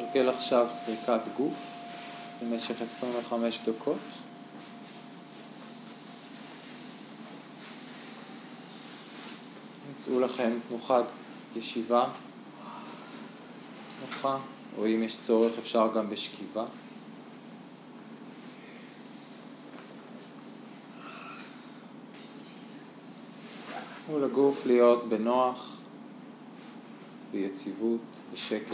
נתרגל עכשיו סריקת גוף במשך 25 דקות. יצאו לכם תנוחת ישיבה נוחה, או אם יש צורך אפשר גם בשכיבה. תנו לגוף להיות בנוח, ביציבות, בשקט.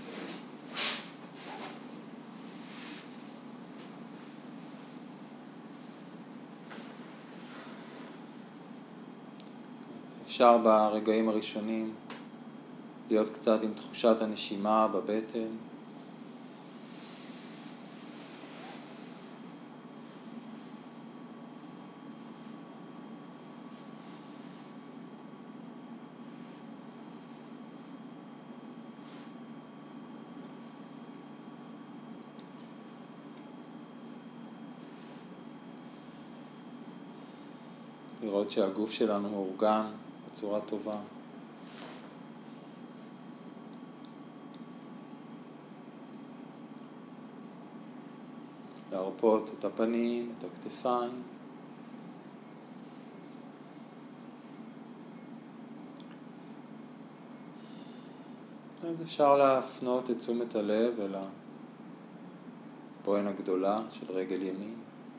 אפשר ברגעים הראשונים להיות קצת עם תחושת הנשימה בבטן. לראות שהגוף שלנו מאורגן בצורה טובה. להרפות את הפנים, את הכתפיים. אז אפשר להפנות את תשומת הלב אל הבוהן הגדולה של רגל ימין.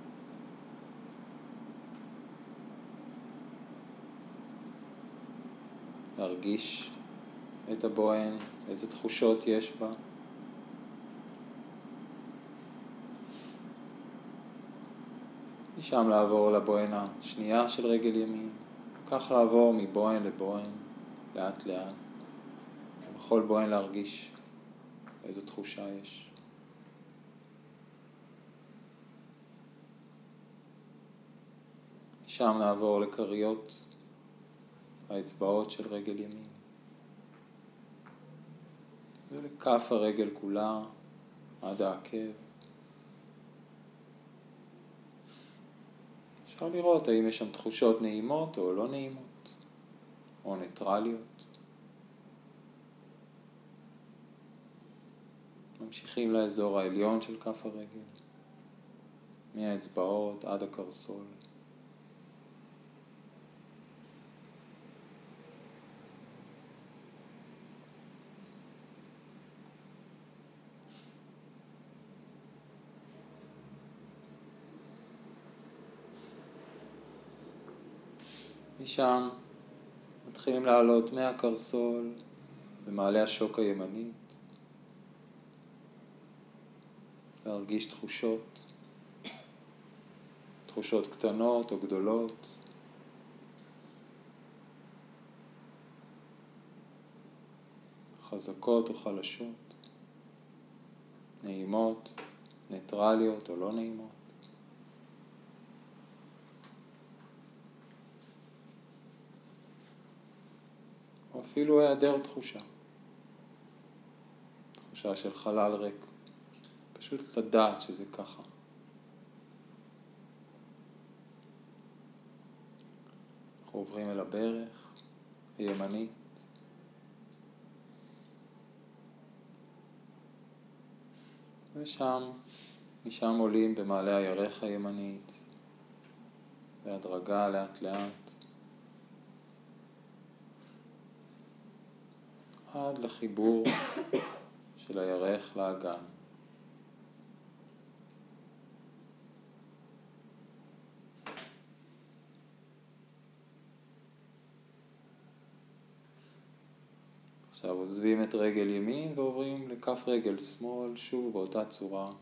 להרגיש את הבוהן, איזה תחושות יש בה. משם לעבור לבוהן השנייה של רגל ימין. וכך לעבור מבוהן לבוהן, לאט לאט. בכל בוהן להרגיש איזו תחושה יש. משם נעבור לקריות האצבעות של רגל ימין. ולכף הרגל כולה עד העקב. אפשר לראות האם יש שם תחושות נעימות או לא נעימות, או ניטרליות. ממשיכים לאזור העליון של כף הרגל, מהאצבעות עד הקרסול. משם מתחילים לעלות מהקרסול במעלה השוק הימנית. להרגיש תחושות קטנות או גדולות. חזקות או חלשות. נעימות, ניטרליות או לא נעימות. או אפילו היעדר תחושה. תחושה של חלל ריק. פשוט לדעת שזה ככה. אנחנו עוברים אל הברך הימנית. משם עולים במעלה הירך הימנית. בהדרגה לאט לאט. עד לחיבור של הירך לאגן. עכשיו עוזבים את רגל ימין ועוברים לכף רגל שמאל, שוב באותה צורה,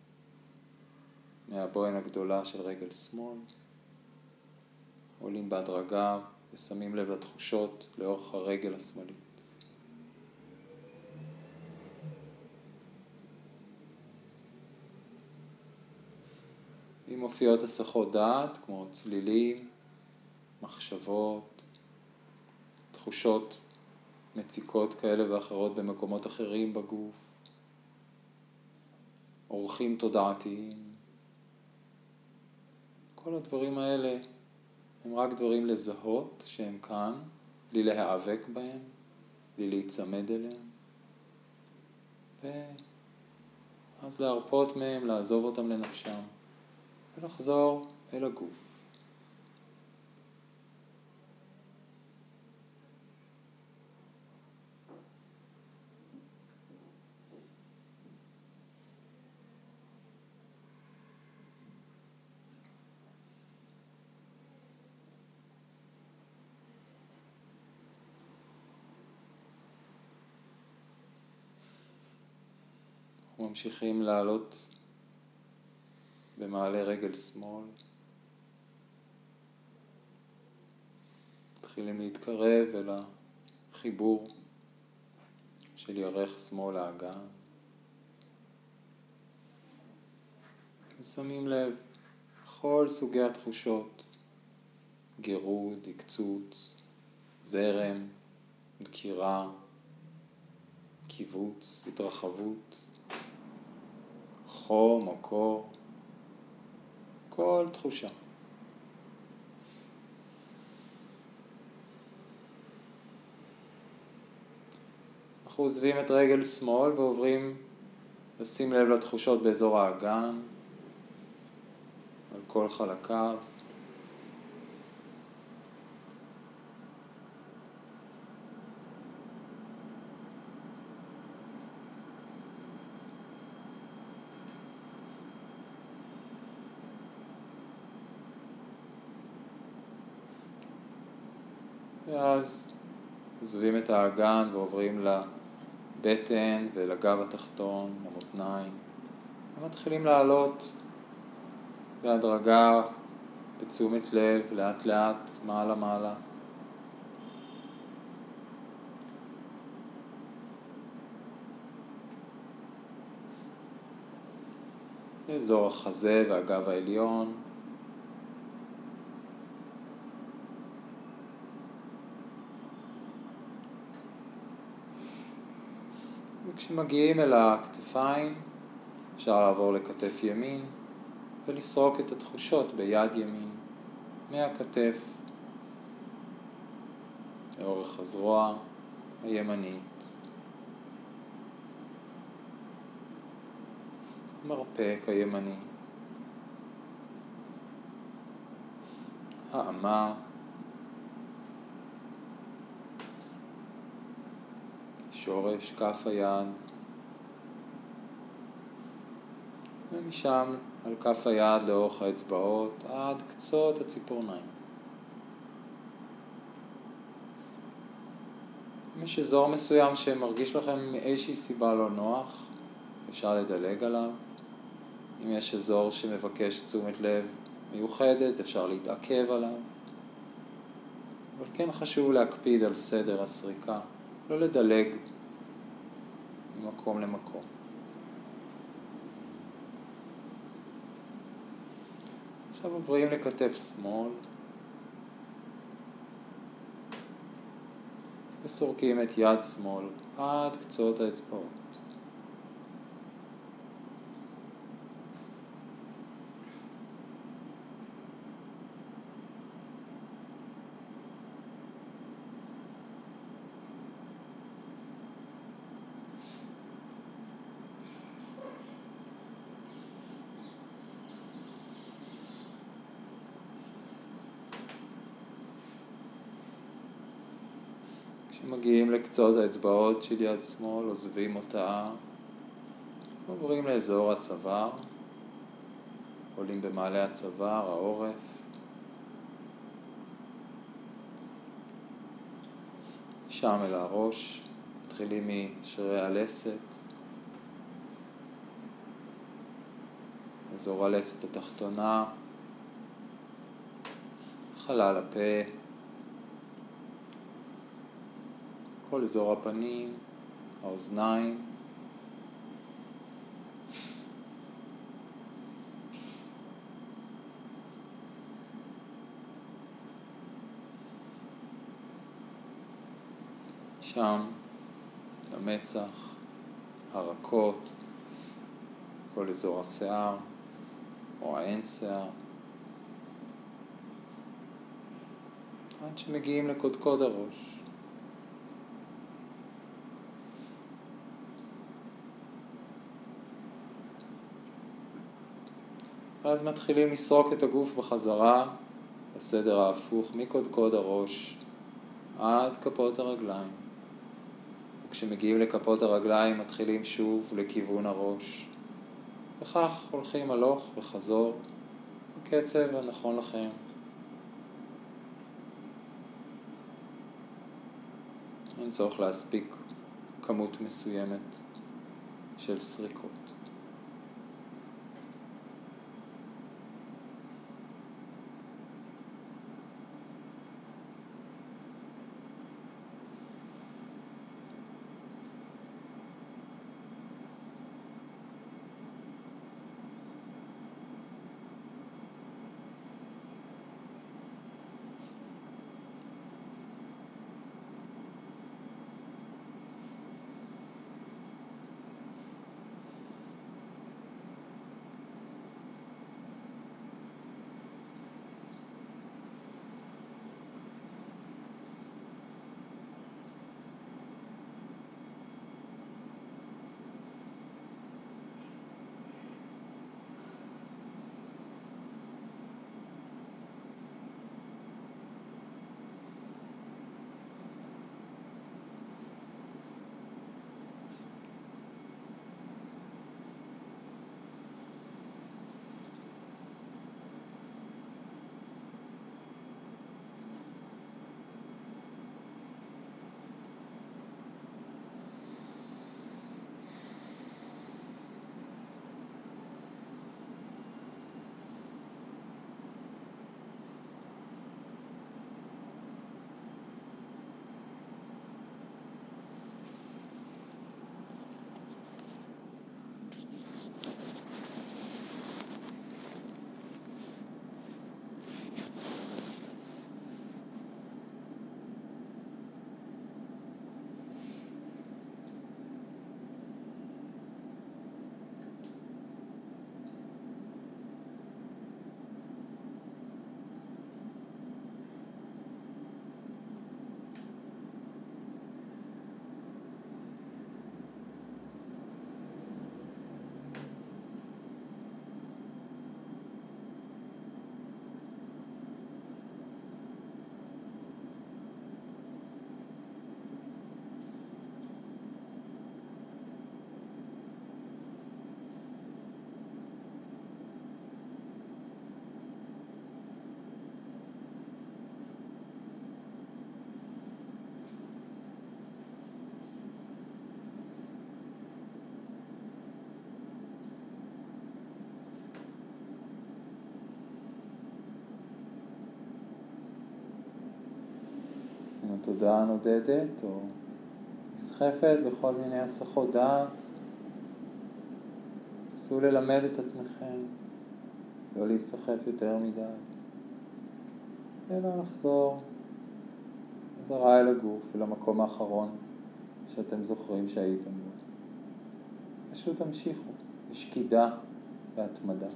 מהבוהן הגדולה של רגל שמאל. עולים בהדרגה ושמים לב לתחושות לאורך הרגל השמאלית. אם מופיעות הסחות דעת, כמו צלילים, מחשבות, תחושות מציקות כאלה ואחרות במקומות אחרים בגוף, אורחים תודעתיים. כל הדברים האלה הם רק דברים לזהות שהם כאן, בלי להיאבק בהם, בלי להיצמד אליהם, אז להרפות מהם, לעזוב אותם לנפשם, ולחזור אל הגוף. אנחנו ממשיכים לעלות במעלה רגל שמאל. מתחילים להתקרב אל החיבור של ירך שמאל האגן. ושמים לב לכל סוגי התחושות, גירוד, עקצוץ, זרם, דקירה, קיבוץ, התרחבות, חום או קור, כל תחושה. אנחנו עוזבים את רגל שמאל ועוברים לשים לב לתחושות באזור האגן, על כל חלקיו. ואז עוזבים את האגן ועוברים לבטן ולגב התחתון, למותניים. ומתחילים לעלות בהדרגה, בתשומת לב, לאט לאט, מעלה מעלה. באזור החזה והגב העליון. וכשמגיעים אל הכתפיים, אפשר לעבור לכתף ימין ולסרוק את התחושות ביד ימין, מהכתף לאורך הזרוע הימנית. מרפק הימני, האמה, שורש כף היד, ומשם על כף היד לאורך האצבעות עד קצות הציפורניים. אם יש אזור מסוים שמרגיש לכם מאיזושהי סיבה לא נוח, אפשר לדלג עליו. אם יש אזור שמבקש תשומת לב מיוחדת, אפשר להתעכב עליו. אבל כן חשוב להקפיד על סדר הסריקה, לא לדלג ממקום למקום. עכשיו עוברים לכתף שמאל, וסורקים את יד שמאל עד קצות האצבעות. כשמגיעים לקצות האצבעות של יד שמאל, עוזבים אותה, עוברים לאזור הצוואר, עולים במעלה הצוואר, העורף, שם אל הראש, מתחילים משרירי הלסת, אזור הלסת התחתונה, חלל הפה, כל אזור הפנים, האוזניים, שם המצח, הרקות, כל אזור השיער או האין שיער, עד שמגיעים לקודקוד הראש. ואז מתחילים לסרוק את הגוף בחזרה, בסדר ההפוך, מקודקוד הראש עד כפות הרגליים. וכשמגיעים לכפות הרגליים מתחילים שוב לכיוון הראש. וכך הולכים הלוך וחזור בקצב הנכון לכם. אין צורך להספיק כמות מסוימת של סריקות. אם התודעה נודדת או נסחפת לכל מיני הסחות דעת, נסו ללמד את עצמכם לא להיסחף יותר מדי, אלא לחזור חזרה אל הגוף, אל המקום האחרון שאתם זוכרים שהייתם בו. פשוט תמשיכו בשקידה והתמדה.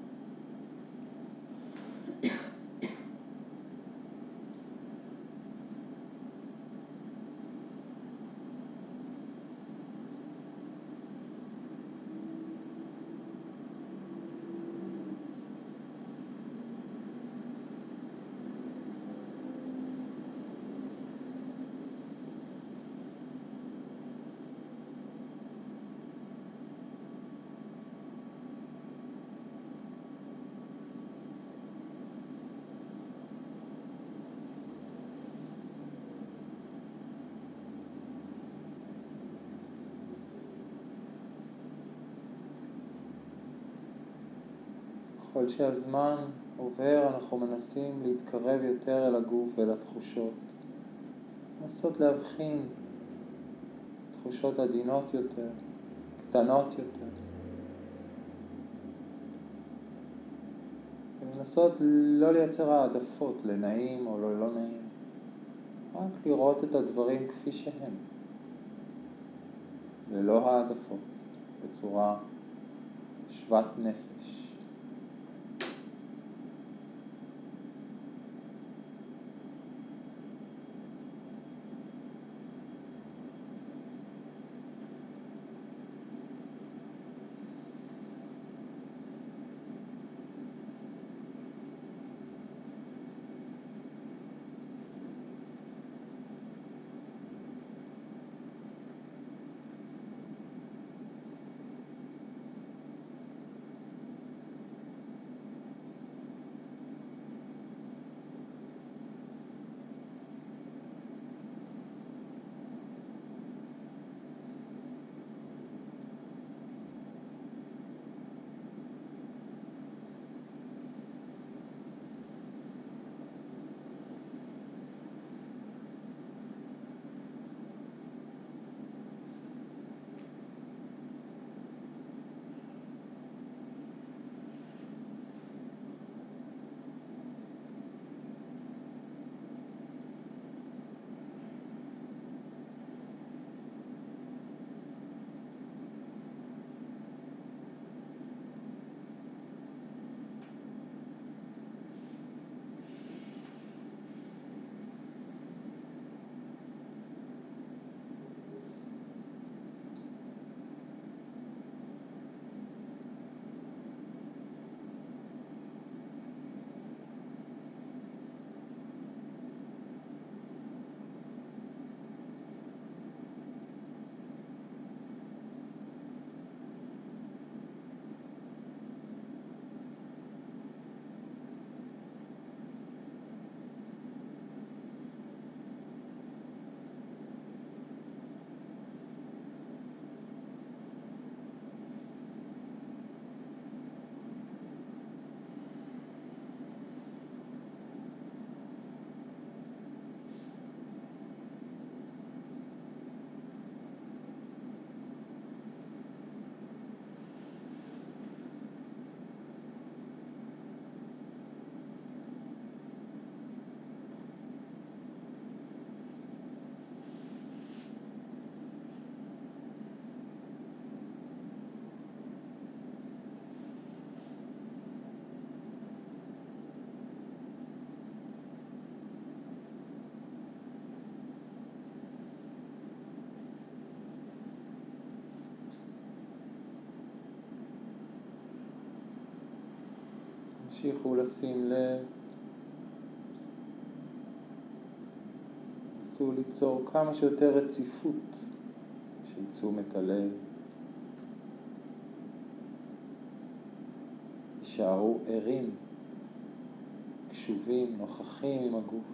ככל שהזמן עובר, אנחנו מנסים להתקרב יותר אל הגוף ואל התחושות. לנסות להבחין תחושות עדינות יותר, קטנות יותר. ולנסות לא לייצר העדפות לנעים או לא נעים. רק לראות את הדברים כפי שהם. ללא העדפות, בצורה שוות נפש. תמשיכו לשים לב. נסו ליצור כמה שיותר רציפות של תשומת הלב. יישארו ערים, קשובים, נוכחים עם הגוף.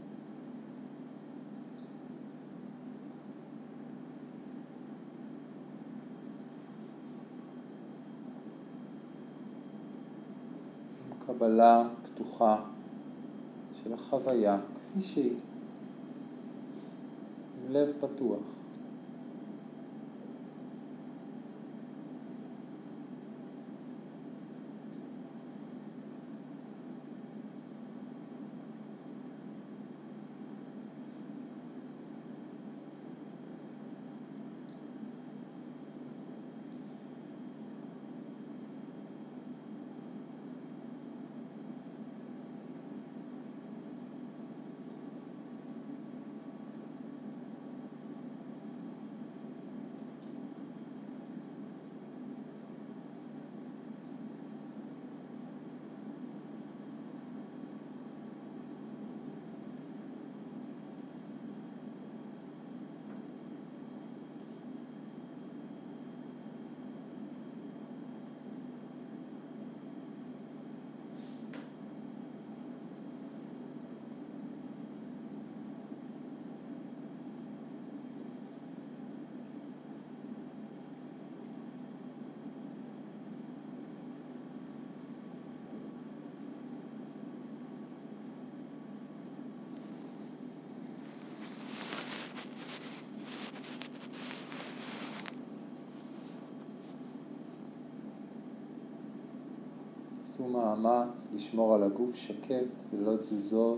קבלה פתוחה של החוויה כפי שהיא, עם לב פתוח. עשו מאמץ לשמור על הגוף שקט ולא תזוזות,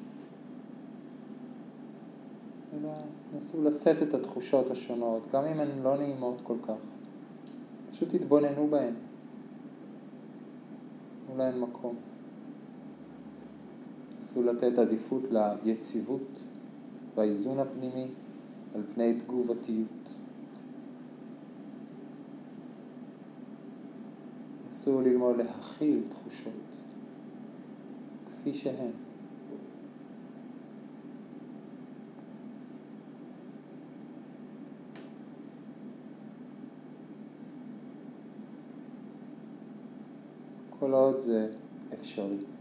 אלא נסו לשאת את התחושות השונות, גם אם הן לא נעימות כל כך. פשוט תתבוננו בהן, תנו להן מקום. נסו לתת עדיפות ליציבות והאיזון הפנימי על פני תגובתיות. נסו ללמוד להכיל תחושות כפי שהן. כל עוד זה אפשרי.